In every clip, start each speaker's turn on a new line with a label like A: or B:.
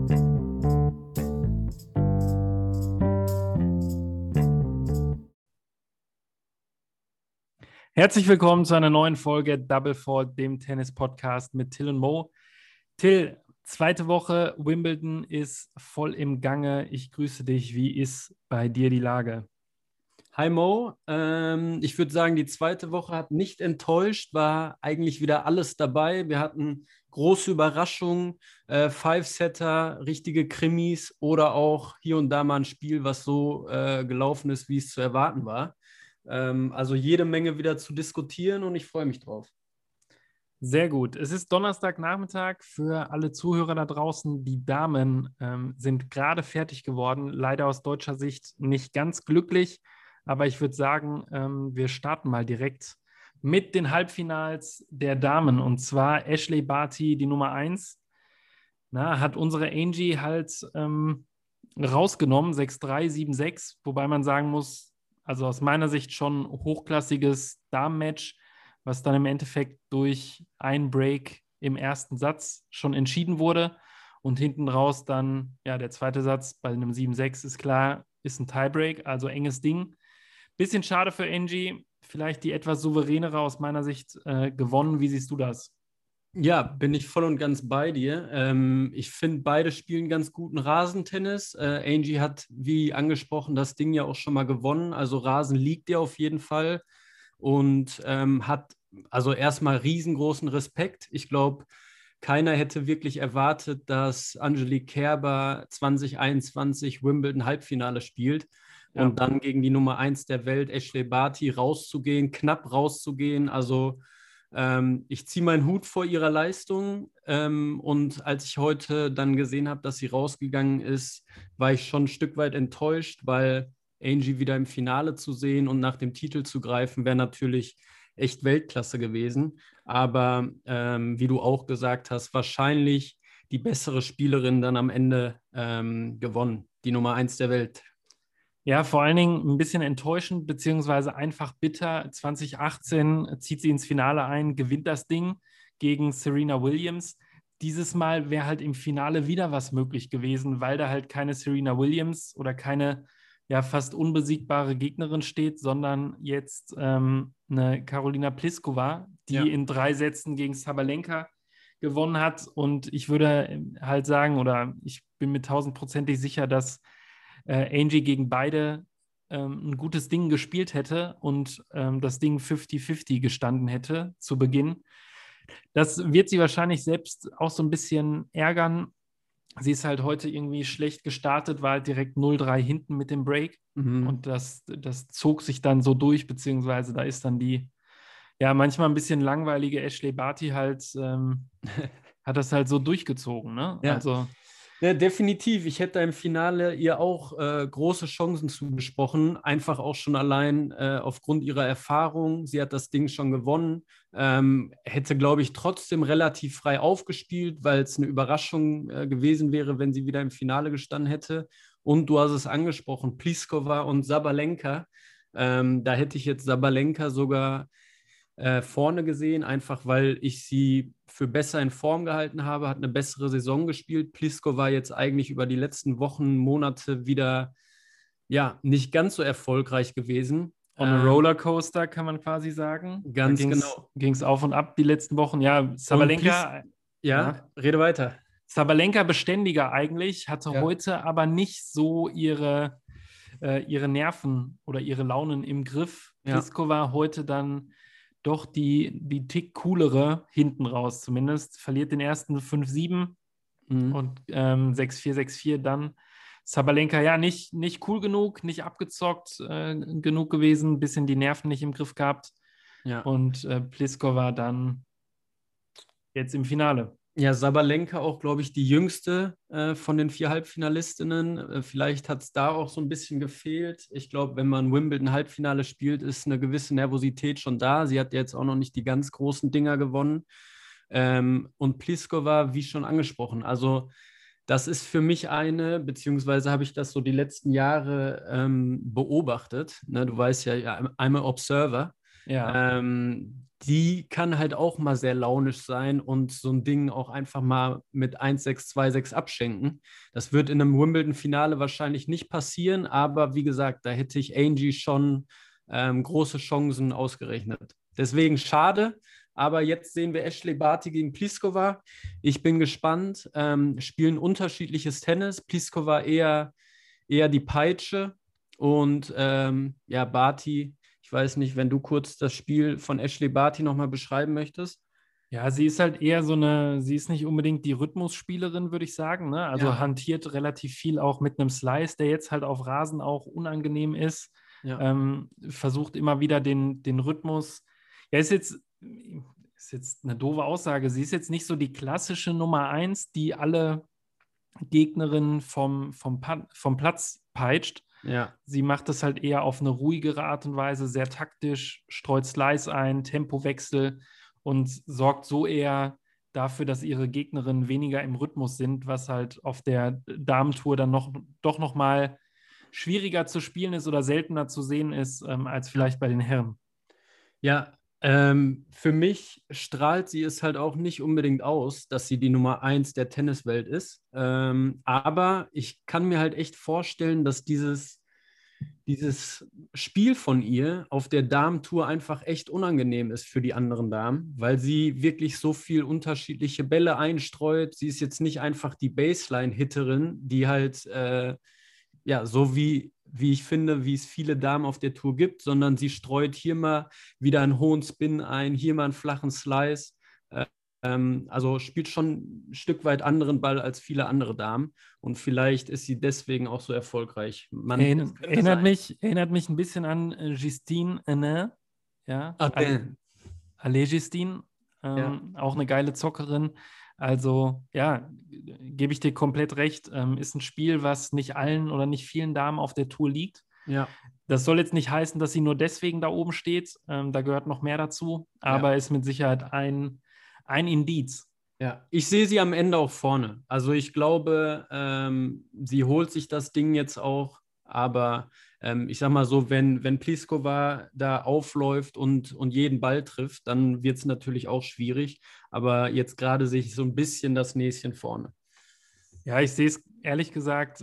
A: Herzlich willkommen zu einer neuen Folge Double Fault, dem Tennis-Podcast mit Till und Mo. Till, zweite Woche Wimbledon ist voll im Gange. Ich grüße dich. Wie ist bei dir die Lage?
B: Hi Mo, ich würde sagen, die zweite Woche hat nicht enttäuscht, war eigentlich wieder alles dabei. Wir hatten große Überraschungen, Five-Setter, richtige Krimis oder auch hier und da mal ein Spiel, was so gelaufen ist, wie es zu erwarten war. Also jede Menge wieder zu diskutieren und ich freue mich drauf.
A: Sehr gut. Es ist Donnerstagnachmittag für alle Zuhörer da draußen. Die Damen sind gerade fertig geworden. Leider aus deutscher Sicht nicht ganz glücklich. Aber ich würde sagen, wir starten mal direkt mit den Halbfinals der Damen. Und zwar Ashley Barty, die Nummer 1. Hat unsere Angie halt rausgenommen, 6-3, 7-6. Wobei man sagen muss, also aus meiner Sicht schon hochklassiges Damenmatch, was dann im Endeffekt durch einen Break im ersten Satz schon entschieden wurde. Und hinten raus dann, ja, der zweite Satz bei einem 7-6 ist klar, ist ein Tiebreak, also enges Ding. Bisschen schade für Angie, vielleicht die etwas souveränere aus meiner Sicht gewonnen. Wie siehst du das?
B: Ja, bin ich voll und ganz bei dir. Ich finde, beide spielen ganz guten Rasentennis. Angie hat, wie angesprochen, das Ding ja auch schon mal gewonnen. Also Rasen liegt ihr auf jeden Fall und hat also erstmal riesengroßen Respekt. Ich glaube, keiner hätte wirklich erwartet, dass Angelique Kerber 2021 Wimbledon Halbfinale spielt
A: Ja.
B: und dann gegen die Nummer 1 der Welt, Ashley Barty, rauszugehen, knapp rauszugehen. Also ich ziehe meinen Hut vor ihrer Leistung und als ich heute dann gesehen habe, dass sie rausgegangen ist, war ich schon ein Stück weit enttäuscht, weil Angie wieder im Finale zu sehen und nach dem Titel zu greifen, wäre natürlich echt Weltklasse gewesen. Aber wie du auch gesagt hast, wahrscheinlich die bessere Spielerin dann am Ende gewonnen, die Nummer 1 der Welt.
A: Ja, vor allen Dingen ein bisschen enttäuschend, beziehungsweise einfach bitter. 2018 zieht sie ins Finale ein, gewinnt das Ding gegen Serena Williams. Dieses Mal wäre halt im Finale wieder was möglich gewesen, weil da halt keine Serena Williams oder keine ja fast unbesiegbare Gegnerin steht, sondern jetzt eine Karolina Pliskova, die
B: Ja.
A: in 3 Sätzen gegen Sabalenka gewonnen hat. Und ich würde halt sagen, oder ich bin mir tausendprozentig sicher, dass Angie gegen beide ein gutes Ding gespielt hätte und das Ding 50-50 gestanden hätte zu Beginn. Das wird sie wahrscheinlich selbst auch so ein bisschen ärgern. Sie ist halt heute irgendwie schlecht gestartet, war halt direkt 0-3 hinten mit dem Break.
B: Mhm.
A: Und das zog sich dann so durch, beziehungsweise da ist dann die, ja, manchmal ein bisschen langweilige Ashley Barty halt, hat das halt so durchgezogen, ne?
B: Ja.
A: Also,
B: Ja, definitiv. Ich hätte im Finale ihr auch große Chancen zugesprochen, einfach auch schon allein aufgrund ihrer Erfahrung. Sie hat das Ding schon gewonnen, hätte, glaube ich, trotzdem relativ frei aufgespielt, weil es eine Überraschung gewesen wäre, wenn sie wieder im Finale gestanden hätte. Und du hast es angesprochen, Pliskova und Sabalenka. Da hätte ich jetzt Sabalenka sogar vorne gesehen, einfach weil ich sie für besser in Form gehalten habe, hat eine bessere Saison gespielt. Pliskova war jetzt eigentlich über die letzten Wochen, Monate wieder ja nicht ganz so erfolgreich gewesen.
A: on a Rollercoaster, kann man quasi sagen. Da
B: Ganz genau.
A: ging es auf und ab die letzten Wochen. Ja,
B: Und
A: Sabalenka,
B: ja,
A: ja,
B: rede weiter.
A: Sabalenka beständiger eigentlich, hatte
B: Ja,
A: heute aber nicht so ihre Nerven oder ihre Launen im Griff.
B: ja.
A: Pliskova heute dann doch die Tick coolere, hinten raus zumindest, verliert den ersten 5-7
B: Mhm.
A: und 6-4, 6-4 dann. Sabalenka, ja, nicht cool genug, nicht abgezockt genug gewesen, ein bisschen die Nerven nicht im Griff gehabt.
B: Ja.
A: Und Pliskova dann jetzt im Finale.
B: Ja, Sabalenka auch, glaube ich, die jüngste von den 4 Halbfinalistinnen. Vielleicht hat es da auch so ein bisschen gefehlt. Ich glaube, wenn man Wimbledon Halbfinale spielt, ist eine gewisse Nervosität schon da. Sie hat jetzt auch noch nicht die ganz großen Dinger gewonnen. Und Pliskova, wie schon angesprochen, also das ist für mich beziehungsweise habe ich das so die letzten Jahre beobachtet. Ne, du weißt ja, I'm a Observer.
A: Ja.
B: die kann halt auch mal sehr launisch sein und so ein Ding auch einfach mal mit 1-6, 2-6 abschenken. Das wird in einem Wimbledon-Finale wahrscheinlich nicht passieren, aber wie gesagt, da hätte ich Angie schon große Chancen ausgerechnet. Deswegen schade, aber jetzt sehen wir Ashley Barty gegen Pliskova. Ich bin gespannt, spielen unterschiedliches Tennis. Pliskova eher die Peitsche und ja, Barty, ich weiß nicht, wenn du kurz das Spiel von Ashley Barty nochmal beschreiben möchtest.
A: Ja, sie ist halt eher sie ist nicht unbedingt die Rhythmusspielerin, würde ich sagen, ne? Also
B: Ja.
A: hantiert relativ viel auch mit einem Slice, der jetzt halt auf Rasen auch unangenehm ist.
B: Ja.
A: Versucht immer wieder den Rhythmus. Ja, ist jetzt eine doofe Aussage. Sie ist jetzt nicht so die klassische Nummer 1, die alle Gegnerinnen vom Platz peitscht.
B: Ja.
A: Sie macht das halt eher auf eine ruhigere Art und Weise, sehr taktisch, streut Slice ein, Tempowechsel und sorgt so eher dafür, dass ihre Gegnerinnen weniger im Rhythmus sind, was halt auf der Damentour dann doch noch mal schwieriger zu spielen ist oder seltener zu sehen ist, als vielleicht bei den Herren.
B: Ja, für mich strahlt sie es halt auch nicht unbedingt aus, dass sie die Nummer 1 der Tenniswelt ist. Aber ich kann mir halt echt vorstellen, dass dieses Spiel von ihr auf der Damentour einfach echt unangenehm ist für die anderen Damen, weil sie wirklich so viel unterschiedliche Bälle einstreut. Sie ist jetzt nicht einfach die Baseline-Hitterin, die halt ja, so wie ich finde, wie es viele Damen auf der Tour gibt, sondern sie streut hier mal wieder einen hohen Spin ein, hier mal einen flachen Slice. Also spielt schon ein Stück weit anderen Ball als viele andere Damen und vielleicht ist sie deswegen auch so erfolgreich. Es könnte sein.
A: Erinnert mich ein bisschen an Justine Henin, ja,
B: Ah,
A: Allez Justine,
B: ja,
A: auch eine geile Zockerin. Also ja, gebe ich dir komplett recht. Ist ein Spiel, was nicht allen oder nicht vielen Damen auf der Tour liegt.
B: ja,
A: Das soll jetzt nicht heißen, dass sie nur deswegen da oben steht. Da gehört noch mehr dazu,
B: ja.
A: aber ist mit Sicherheit ein Indiz.
B: Ja, ich sehe sie am Ende auch vorne. Also ich glaube, sie holt sich das Ding jetzt auch, aber ich sag mal so, wenn Pliskova da aufläuft und jeden Ball trifft, dann wird es natürlich auch schwierig. Aber jetzt gerade sehe ich so ein bisschen das Näschen vorne.
A: Ja, ich sehe es ehrlich gesagt,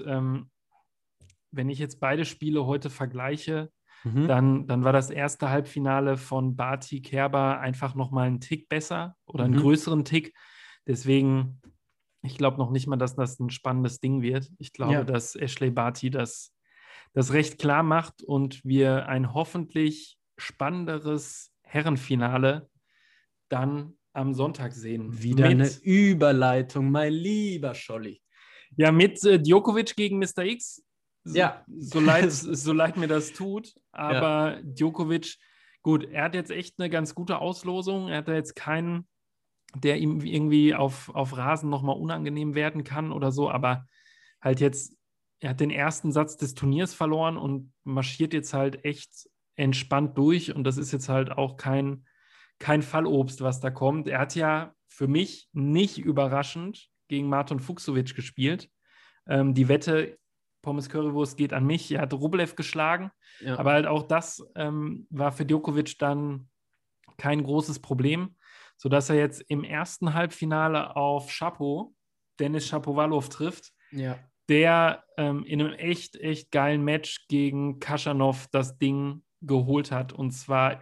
A: wenn ich jetzt beide Spiele heute vergleiche,
B: Mhm.
A: dann war das erste Halbfinale von Barty Kerber einfach nochmal einen Tick besser oder einen
B: Mhm.
A: größeren Tick. Deswegen, ich glaube noch nicht mal, dass das ein spannendes Ding wird. Ich glaube,
B: Ja,
A: dass Ashley Barty das recht klar macht und wir ein hoffentlich spannenderes Herrenfinale dann am Sonntag sehen.
B: wieder eine Überleitung, mein lieber Scholli.
A: Mit Djokovic gegen Mr. X,
B: Ja,
A: so leid mir das tut,
B: ja,
A: aber Djokovic, gut, er hat jetzt echt eine ganz gute Auslosung. Er hat da jetzt keinen, der ihm irgendwie auf Rasen nochmal unangenehm werden kann oder so, aber halt jetzt, er hat den ersten Satz des Turniers verloren und marschiert jetzt halt echt entspannt durch und das ist jetzt halt auch kein Fallobst, was da kommt. Er hat ja für mich nicht überraschend gegen Marton Fucsovics gespielt. Die Wette, Pommes Currywurst geht an mich. Er hat Rublev geschlagen,
B: ja,
A: aber halt auch das war für Djokovic dann kein großes Problem, sodass er jetzt im ersten Halbfinale auf Dennis Shapovalov trifft,
B: ja.
A: der in einem echt geilen Match gegen Khachanov das Ding geholt hat. Und zwar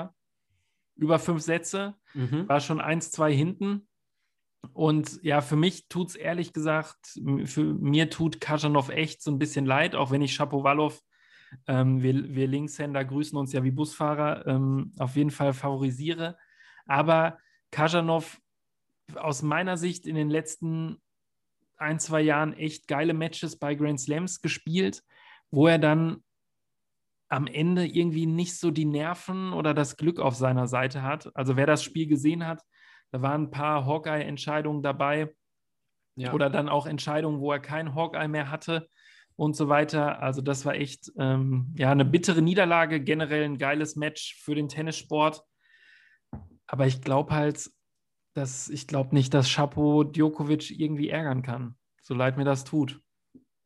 A: über 5 Sätze,
B: Mhm.
A: war schon 1-2 hinten. Und ja, für mich tut es ehrlich gesagt, für mir tut Khachanov echt so ein bisschen leid, auch wenn ich Shapovalov, wir Linkshänder grüßen uns ja wie Busfahrer, auf jeden Fall favorisiere. Aber Khachanov aus meiner Sicht in den letzten 1, 2 Jahren echt geile Matches bei Grand Slams gespielt, wo er dann am Ende irgendwie nicht so die Nerven oder das Glück auf seiner Seite hat. Also wer das Spiel gesehen hat, da waren ein paar Hawkeye-Entscheidungen dabei
B: Ja.
A: oder dann auch Entscheidungen, wo er kein Hawkeye mehr hatte und so weiter. Also das war echt ja, eine bittere Niederlage, generell ein geiles Match für den Tennissport. Aber ich glaube halt, ich glaube nicht, dass Chapo Djokovic irgendwie ärgern kann, so leid mir das tut.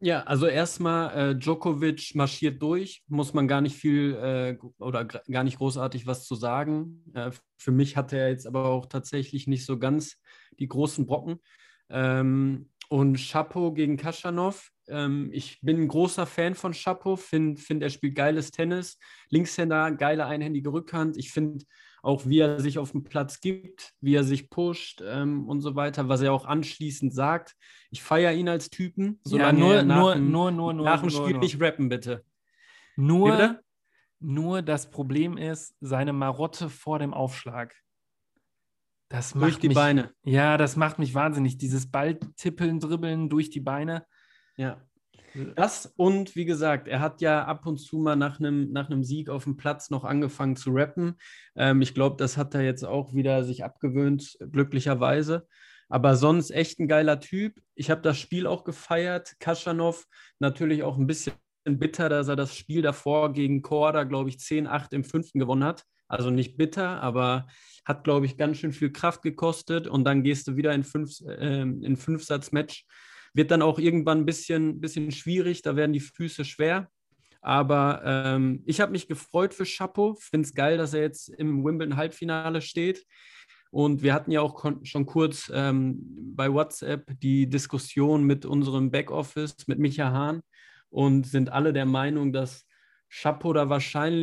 B: Ja, also erstmal, Djokovic marschiert durch, muss man gar nicht viel oder gar nicht großartig was zu sagen. Für mich hatte er jetzt aber auch tatsächlich nicht so ganz die großen Brocken. Und Chapo gegen Khachanov. Ich bin ein großer Fan von Chapo, find, er spielt geiles Tennis. Linkshänder, geile einhändige Rückhand. Ich finde auch, wie er sich auf dem Platz gibt, wie er sich pusht und so weiter, was er auch anschließend sagt. Ich feiere ihn als Typen,
A: Ja,
B: solange er nach dem Spiel
A: nur.
B: nicht rappen, bitte. Wie
A: Nur,
B: bitte?
A: nur das Problem ist seine Marotte vor dem Aufschlag. Das
B: Durch
A: macht
B: die
A: mich,
B: Beine.
A: ja, das macht mich wahnsinnig. Dieses Balltippeln, Dribbeln durch die Beine.
B: Ja. Das und wie gesagt, er hat ja ab und zu mal nach einem Sieg auf dem Platz noch angefangen zu rappen. Ich glaube, das hat er jetzt auch wieder sich abgewöhnt, glücklicherweise. Aber sonst echt ein geiler Typ. Ich habe das Spiel auch gefeiert. Khachanov natürlich auch ein bisschen bitter, dass er das Spiel davor gegen Korda, glaube ich, 10-8 im fünften gewonnen hat. Also nicht bitter, aber hat, glaube ich, ganz schön viel Kraft gekostet. Und dann gehst du wieder in Fünfsatz-Match. Wird dann auch irgendwann ein bisschen schwierig, da werden die Füße schwer. Aber ich habe mich gefreut für Chapo. Finde es geil, dass er jetzt im Wimbledon-Halbfinale steht. Und wir hatten ja auch schon kurz bei WhatsApp die Diskussion mit unserem Backoffice, mit Micha Hahn, und sind alle der Meinung, dass Chapo da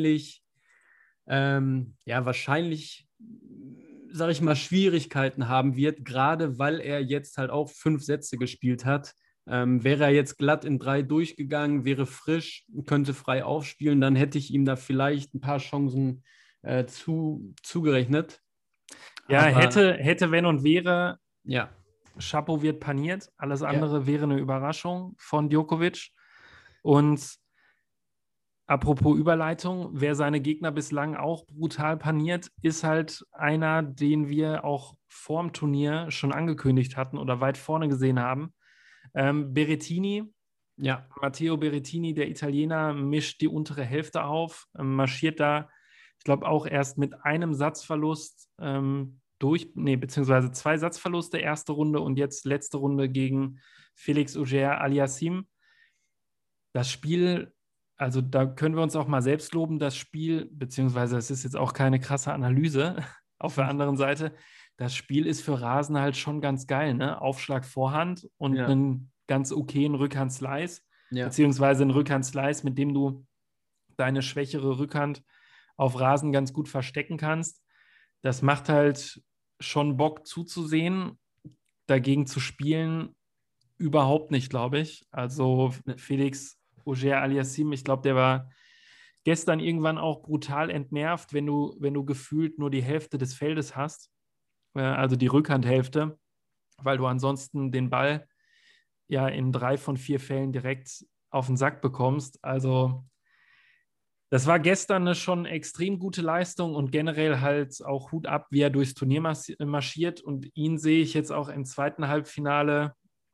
B: wahrscheinlich, sage ich mal, Schwierigkeiten haben wird, gerade weil er jetzt halt auch 5 Sätze gespielt hat. Wäre er jetzt glatt in 3 durchgegangen, wäre frisch, könnte frei aufspielen, dann hätte ich ihm da vielleicht ein paar Chancen zugerechnet.
A: Ja,
B: Aber
A: hätte, wenn und wäre,
B: ja,
A: Chapo wird paniert. Alles
B: ja,
A: andere wäre eine Überraschung von Djokovic. Und apropos Überleitung, wer seine Gegner bislang auch brutal paniert, ist halt einer, den wir auch vorm Turnier schon angekündigt hatten oder weit vorne gesehen haben. Berrettini,
B: ja,
A: Matteo Berrettini, der Italiener, mischt die untere Hälfte auf, marschiert da, ich glaube, auch erst mit einem Satzverlust beziehungsweise 2 Satzverluste, erste Runde und jetzt letzte Runde gegen Felix Auger-Aliassime. Das Spiel, also da können wir uns auch mal selbst loben, das Spiel, beziehungsweise es ist jetzt auch keine krasse Analyse. Auf der anderen Seite, das Spiel ist für Rasen halt schon ganz geil, ne? Aufschlag Vorhand und
B: ja,
A: einen ganz okayen Rückhand-Slice,
B: ja,
A: beziehungsweise einen Rückhand-Slice, mit dem du deine schwächere Rückhand auf Rasen ganz gut verstecken kannst. Das macht halt schon Bock zuzusehen, dagegen zu spielen überhaupt nicht, glaube ich. Also Felix Auger-Aliassime, ich glaube, der war gestern irgendwann auch brutal entnervt, wenn du gefühlt nur die Hälfte des Feldes hast, also die Rückhandhälfte, weil du ansonsten den Ball ja in 3 von 4 Fällen direkt auf den Sack bekommst. Also das war gestern eine schon extrem gute Leistung und generell halt auch Hut ab, wie er durchs Turnier marschiert. Und ihn sehe ich jetzt auch im zweiten Halbfinale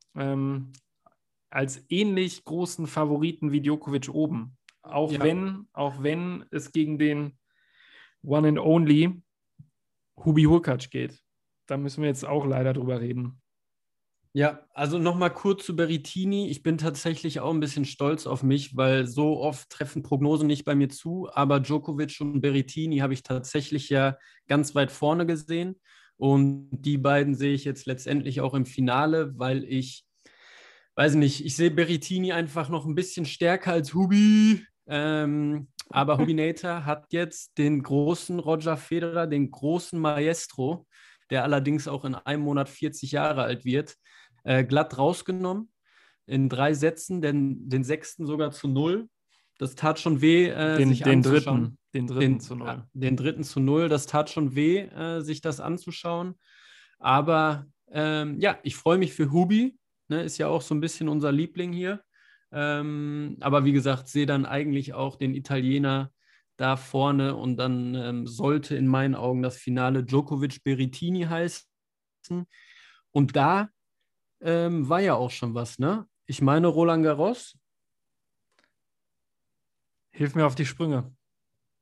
A: als ähnlich großen Favoriten wie Djokovic oben.
B: ja.
A: Auch wenn es gegen den One and Only Hubi Hurkacz geht. Da müssen wir jetzt auch leider drüber reden.
B: Ja, also nochmal kurz zu Berrettini. Ich bin tatsächlich auch ein bisschen stolz auf mich, weil so oft treffen Prognosen nicht bei mir zu. Aber Djokovic und Berrettini habe ich tatsächlich ja ganz weit vorne gesehen. Und die beiden sehe ich jetzt letztendlich auch im Finale, weil weiß nicht, ich sehe Berrettini einfach noch ein bisschen stärker als Hubi. Aber Hubinator hat jetzt den großen Roger Federer, den großen Maestro, der allerdings auch in einem Monat 40 Jahre alt wird, glatt rausgenommen. In 3 Sätzen, den sechsten sogar zu 0. Das tat schon weh, sich anzuschauen.
A: Den dritten zu 0.
B: Den dritten zu 0, das tat schon weh, sich das anzuschauen. Aber ja, ich freue mich für Hubi, ne, ist ja auch so ein bisschen unser Liebling hier. Aber wie gesagt, sehe dann eigentlich auch den Italiener da vorne und dann sollte in meinen Augen das Finale Djokovic-Berrettini heißen. Und da war ja auch schon was, ne? Ich meine Roland Garros.
A: Hilf mir auf die Sprünge.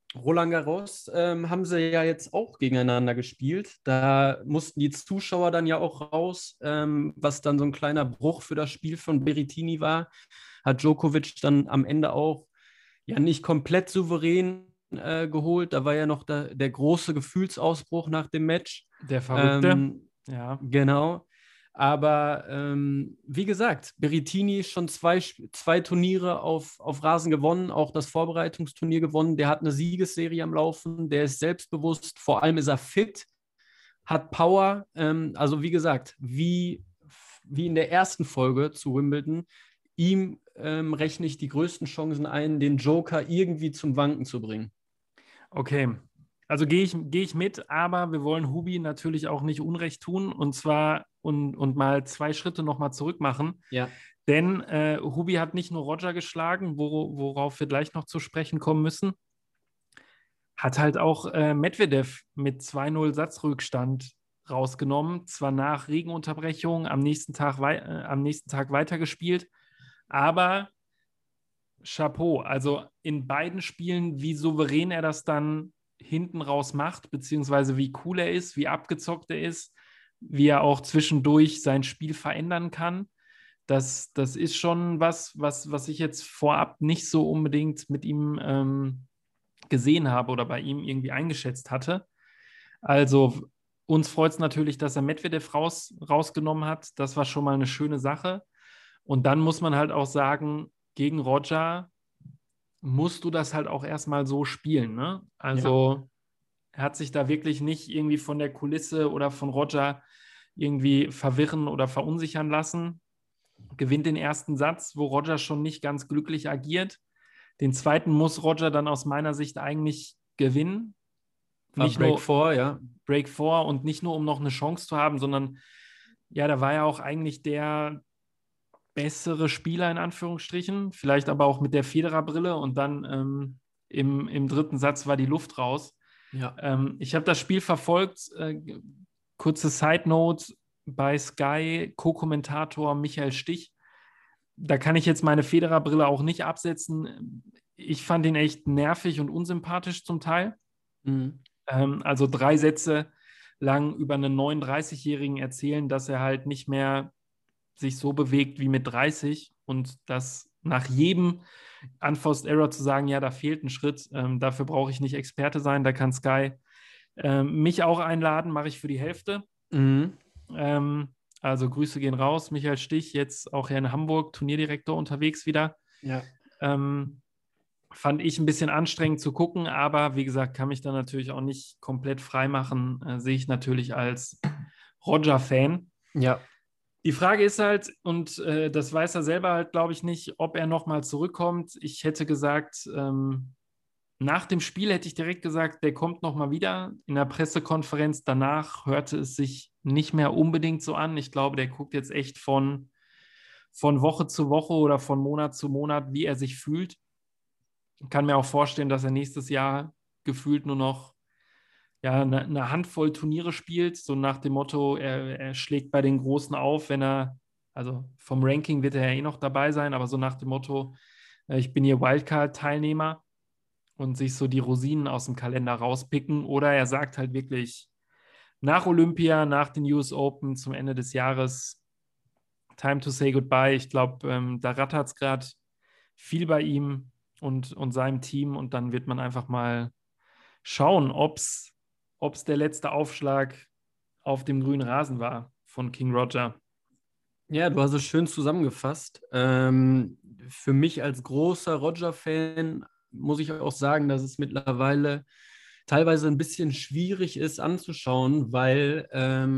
B: Roland Garros haben sie ja jetzt auch gegeneinander gespielt. Da mussten die Zuschauer dann ja auch raus, was dann so ein kleiner Bruch für das Spiel von Berrettini war. Hat Djokovic dann am Ende auch ja nicht komplett souverän geholt. Da war ja noch der große Gefühlsausbruch nach dem Match.
A: Der Verrückte. Ja.
B: Genau. Aber wie gesagt, Berrettini schon zwei Turniere auf Rasen gewonnen, auch das Vorbereitungsturnier gewonnen. Der hat eine Siegesserie am Laufen, der ist selbstbewusst, vor allem ist er fit, hat Power. Also wie gesagt, wie in der ersten Folge zu Wimbledon, ihm rechne ich die größten Chancen ein, den Joker irgendwie zum Wanken zu bringen.
A: Okay, also geh ich mit, aber wir wollen Hubi natürlich auch nicht Unrecht tun und zwar und mal 2 Schritte nochmal zurück machen.
B: Ja.
A: Denn Hubi hat nicht nur Roger geschlagen, worauf wir gleich noch zu sprechen kommen müssen, hat halt auch Medvedev mit 2:0 Satzrückstand rausgenommen, zwar nach Regenunterbrechung am nächsten Tag weitergespielt, aber Chapeau, also in beiden Spielen, wie souverän er das dann hinten raus macht, beziehungsweise wie cool er ist, wie abgezockt er ist, wie er auch zwischendurch sein Spiel verändern kann. Das ist schon was ich jetzt vorab nicht so unbedingt mit ihm gesehen habe oder bei ihm irgendwie eingeschätzt hatte. Also uns freut es natürlich, dass er Medvedev rausgenommen hat. Das war schon mal eine schöne Sache. Und dann muss man halt auch sagen, gegen Roger musst du das halt auch erstmal so spielen. Ne? Also er hat sich da wirklich nicht irgendwie von der Kulisse oder von Roger irgendwie verwirren oder verunsichern lassen. Gewinnt den ersten Satz, wo Roger schon nicht ganz glücklich agiert. Den zweiten muss Roger dann aus meiner Sicht eigentlich gewinnen. Nicht
B: Break
A: nur
B: 4, ja.
A: Break 4 und nicht nur, um noch eine Chance zu haben, sondern ja, da war ja auch eigentlich der bessere Spieler in Anführungsstrichen, vielleicht aber auch mit der Federer-Brille und dann im dritten Satz war die Luft raus.
B: Ja.
A: Ich habe das Spiel verfolgt. Kurze Side-Note bei Sky, Co-Kommentator Michael Stich. Da kann ich jetzt meine Federer-Brille auch nicht absetzen. Ich fand ihn echt nervig und unsympathisch zum Teil.
B: Mhm.
A: Also 3 Sätze lang über einen 39-Jährigen erzählen, dass er halt nicht mehr sich so bewegt wie mit 30 und das nach jedem Unforced Error zu sagen, ja, da fehlt ein Schritt, dafür brauche ich nicht Experte sein, da kann Sky mich auch einladen, mache ich für die Hälfte.
B: Mhm.
A: Also Grüße gehen raus, Michael Stich, jetzt auch hier in Hamburg, Turnierdirektor unterwegs wieder.
B: Ja.
A: Fand ich ein bisschen anstrengend zu gucken, aber wie gesagt, kann mich da natürlich auch nicht komplett frei machen, sehe ich natürlich als Roger-Fan.
B: Ja.
A: Die Frage ist halt, und das weiß er selber halt, glaube ich, nicht, ob er nochmal zurückkommt. Ich hätte gesagt, nach dem Spiel hätte ich direkt gesagt, der kommt nochmal wieder. In der Pressekonferenz danach hörte es sich nicht mehr unbedingt so an. Ich glaube, der guckt jetzt echt von Woche zu Woche oder von Monat zu Monat, wie er sich fühlt. Ich kann mir auch vorstellen, dass er nächstes Jahr gefühlt nur noch ja, eine Handvoll Turniere spielt, so nach dem Motto, er schlägt bei den Großen auf, wenn also vom Ranking wird er ja eh noch dabei sein, aber so nach dem Motto, ich bin hier Wildcard-Teilnehmer und sich so die Rosinen aus dem Kalender rauspicken. Oder er sagt halt wirklich, nach Olympia, nach den US Open zum Ende des Jahres, time to say goodbye. Ich glaube, da rattert es gerade viel bei ihm und seinem Team und dann wird man einfach mal schauen, ob es der letzte Aufschlag auf dem grünen Rasen war von King Roger.
B: Ja, du hast es schön zusammengefasst. Für mich als großer Roger-Fan muss ich auch sagen, dass es mittlerweile teilweise ein bisschen schwierig ist anzuschauen, weil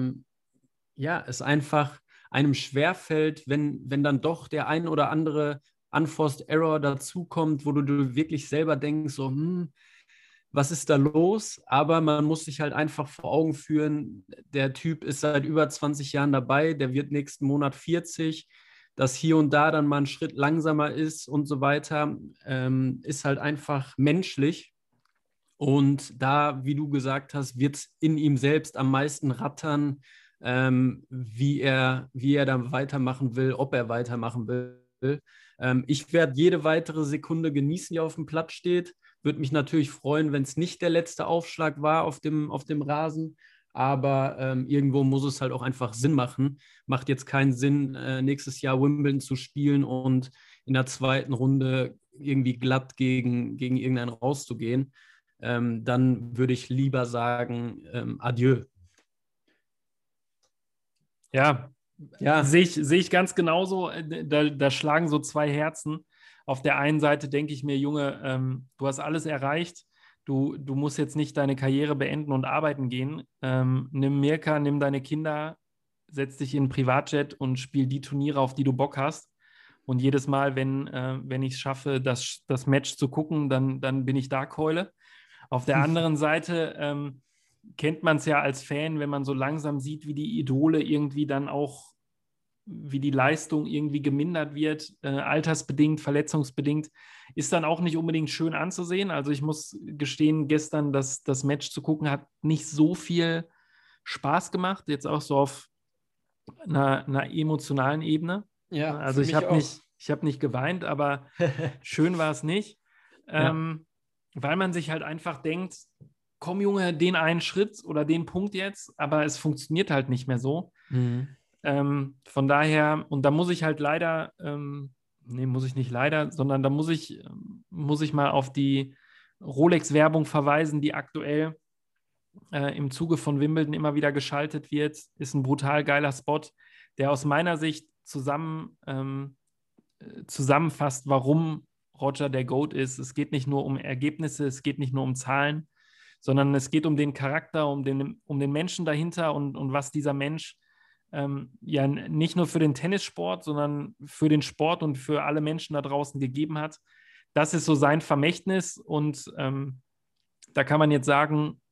B: ja, es einfach einem schwerfällt, wenn dann doch der ein oder andere Unforced Error dazukommt, wo du wirklich selber denkst, so, was ist da los? Aber man muss sich halt einfach vor Augen führen, der Typ ist seit über 20 Jahren dabei, der wird nächsten Monat 40, dass hier und da dann mal ein Schritt langsamer ist und so weiter, ist halt einfach menschlich. Und da, wie du gesagt hast, wird es in ihm selbst am meisten rattern, wie er dann weitermachen will, ob er weitermachen will. Ich werde jede weitere Sekunde genießen, die auf dem Platz steht. Würde mich natürlich freuen, wenn es nicht der letzte Aufschlag war auf dem Rasen. Aber irgendwo muss es halt auch einfach Sinn machen. Macht jetzt keinen Sinn, nächstes Jahr Wimbledon zu spielen und in der zweiten Runde irgendwie glatt gegen irgendeinen rauszugehen. Dann würde ich lieber sagen, adieu.
A: Ja,
B: Ja,
A: sehe ich ganz genauso. Da schlagen so zwei Herzen. Auf der einen Seite denke ich mir, Junge, du hast alles erreicht. Du musst jetzt nicht deine Karriere beenden und arbeiten gehen. Nimm Mirka, nimm deine Kinder, setz dich in ein Privatjet und spiel die Turniere, auf die du Bock hast. Und jedes Mal, wenn ich es schaffe, das Match zu gucken, dann bin ich da Keule. Auf der anderen Seite kennt man es ja als Fan, wenn man so langsam sieht, wie die Idole irgendwie dann auch, wie die Leistung irgendwie gemindert wird, altersbedingt, verletzungsbedingt, ist dann auch nicht unbedingt schön anzusehen. Also ich muss gestehen, gestern das Match zu gucken hat nicht so viel Spaß gemacht, jetzt auch so auf einer emotionalen Ebene.
B: ja,
A: Also
B: für mich auch.
A: ich habe nicht geweint, aber schön war es nicht,
B: Ja.
A: weil man sich halt einfach denkt, komm Junge, den einen Schritt oder den Punkt jetzt, aber es funktioniert halt nicht mehr so.
B: Mhm.
A: Von daher, und da muss ich halt leider, nee, muss ich nicht leider, sondern da muss ich mal auf die Rolex-Werbung verweisen, die aktuell im Zuge von Wimbledon immer wieder geschaltet wird. Ist ein brutal geiler Spot, der aus meiner Sicht zusammenfasst, warum Roger der GOAT ist. Es geht nicht nur um Ergebnisse, es geht nicht nur um Zahlen, sondern es geht um den Charakter, um den Menschen dahinter und was dieser Mensch ja nicht nur für den Tennissport, sondern für den Sport und für alle Menschen da draußen gegeben hat. Das ist so sein Vermächtnis und da kann man jetzt sagen,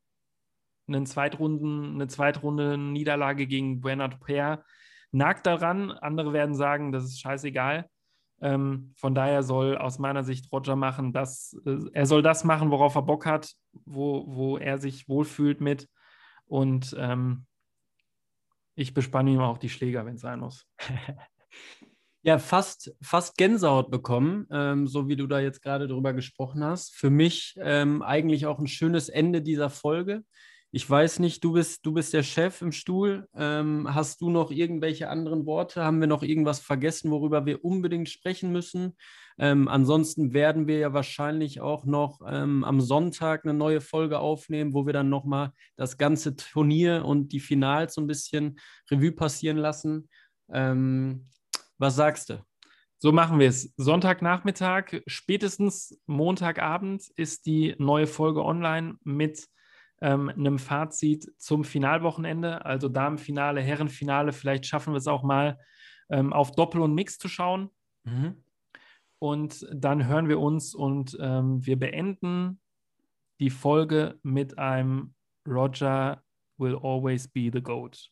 A: eine Zweitrunde-Niederlage gegen Bernard Paire nagt daran. Andere werden sagen, das ist scheißegal. Von daher soll aus meiner Sicht Roger machen, er soll das machen, worauf er Bock hat, wo er sich wohlfühlt mit. Und ich bespanne ihm auch die Schläger, wenn es sein muss.
B: Ja, fast Gänsehaut bekommen, so wie du da jetzt gerade drüber gesprochen hast. Für mich eigentlich auch ein schönes Ende dieser Folge. Ich weiß nicht, du bist der Chef im Stuhl. Hast du noch irgendwelche anderen Worte? Haben wir noch irgendwas vergessen, worüber wir unbedingt sprechen müssen? Ansonsten werden wir ja wahrscheinlich auch noch am Sonntag eine neue Folge aufnehmen, wo wir dann nochmal das ganze Turnier und die Finals so ein bisschen Revue passieren lassen. Was sagst du?
A: So machen wir es. Sonntagnachmittag, spätestens Montagabend ist die neue Folge online mit einem Fazit zum Finalwochenende, also Damenfinale, Herrenfinale. Vielleicht schaffen wir es auch mal auf Doppel und Mix zu schauen.
B: Mhm.
A: Und dann hören wir uns und wir beenden die Folge mit einem Roger will always be the GOAT.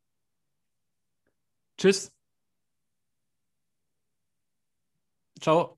A: Tschüss.
B: Ciao.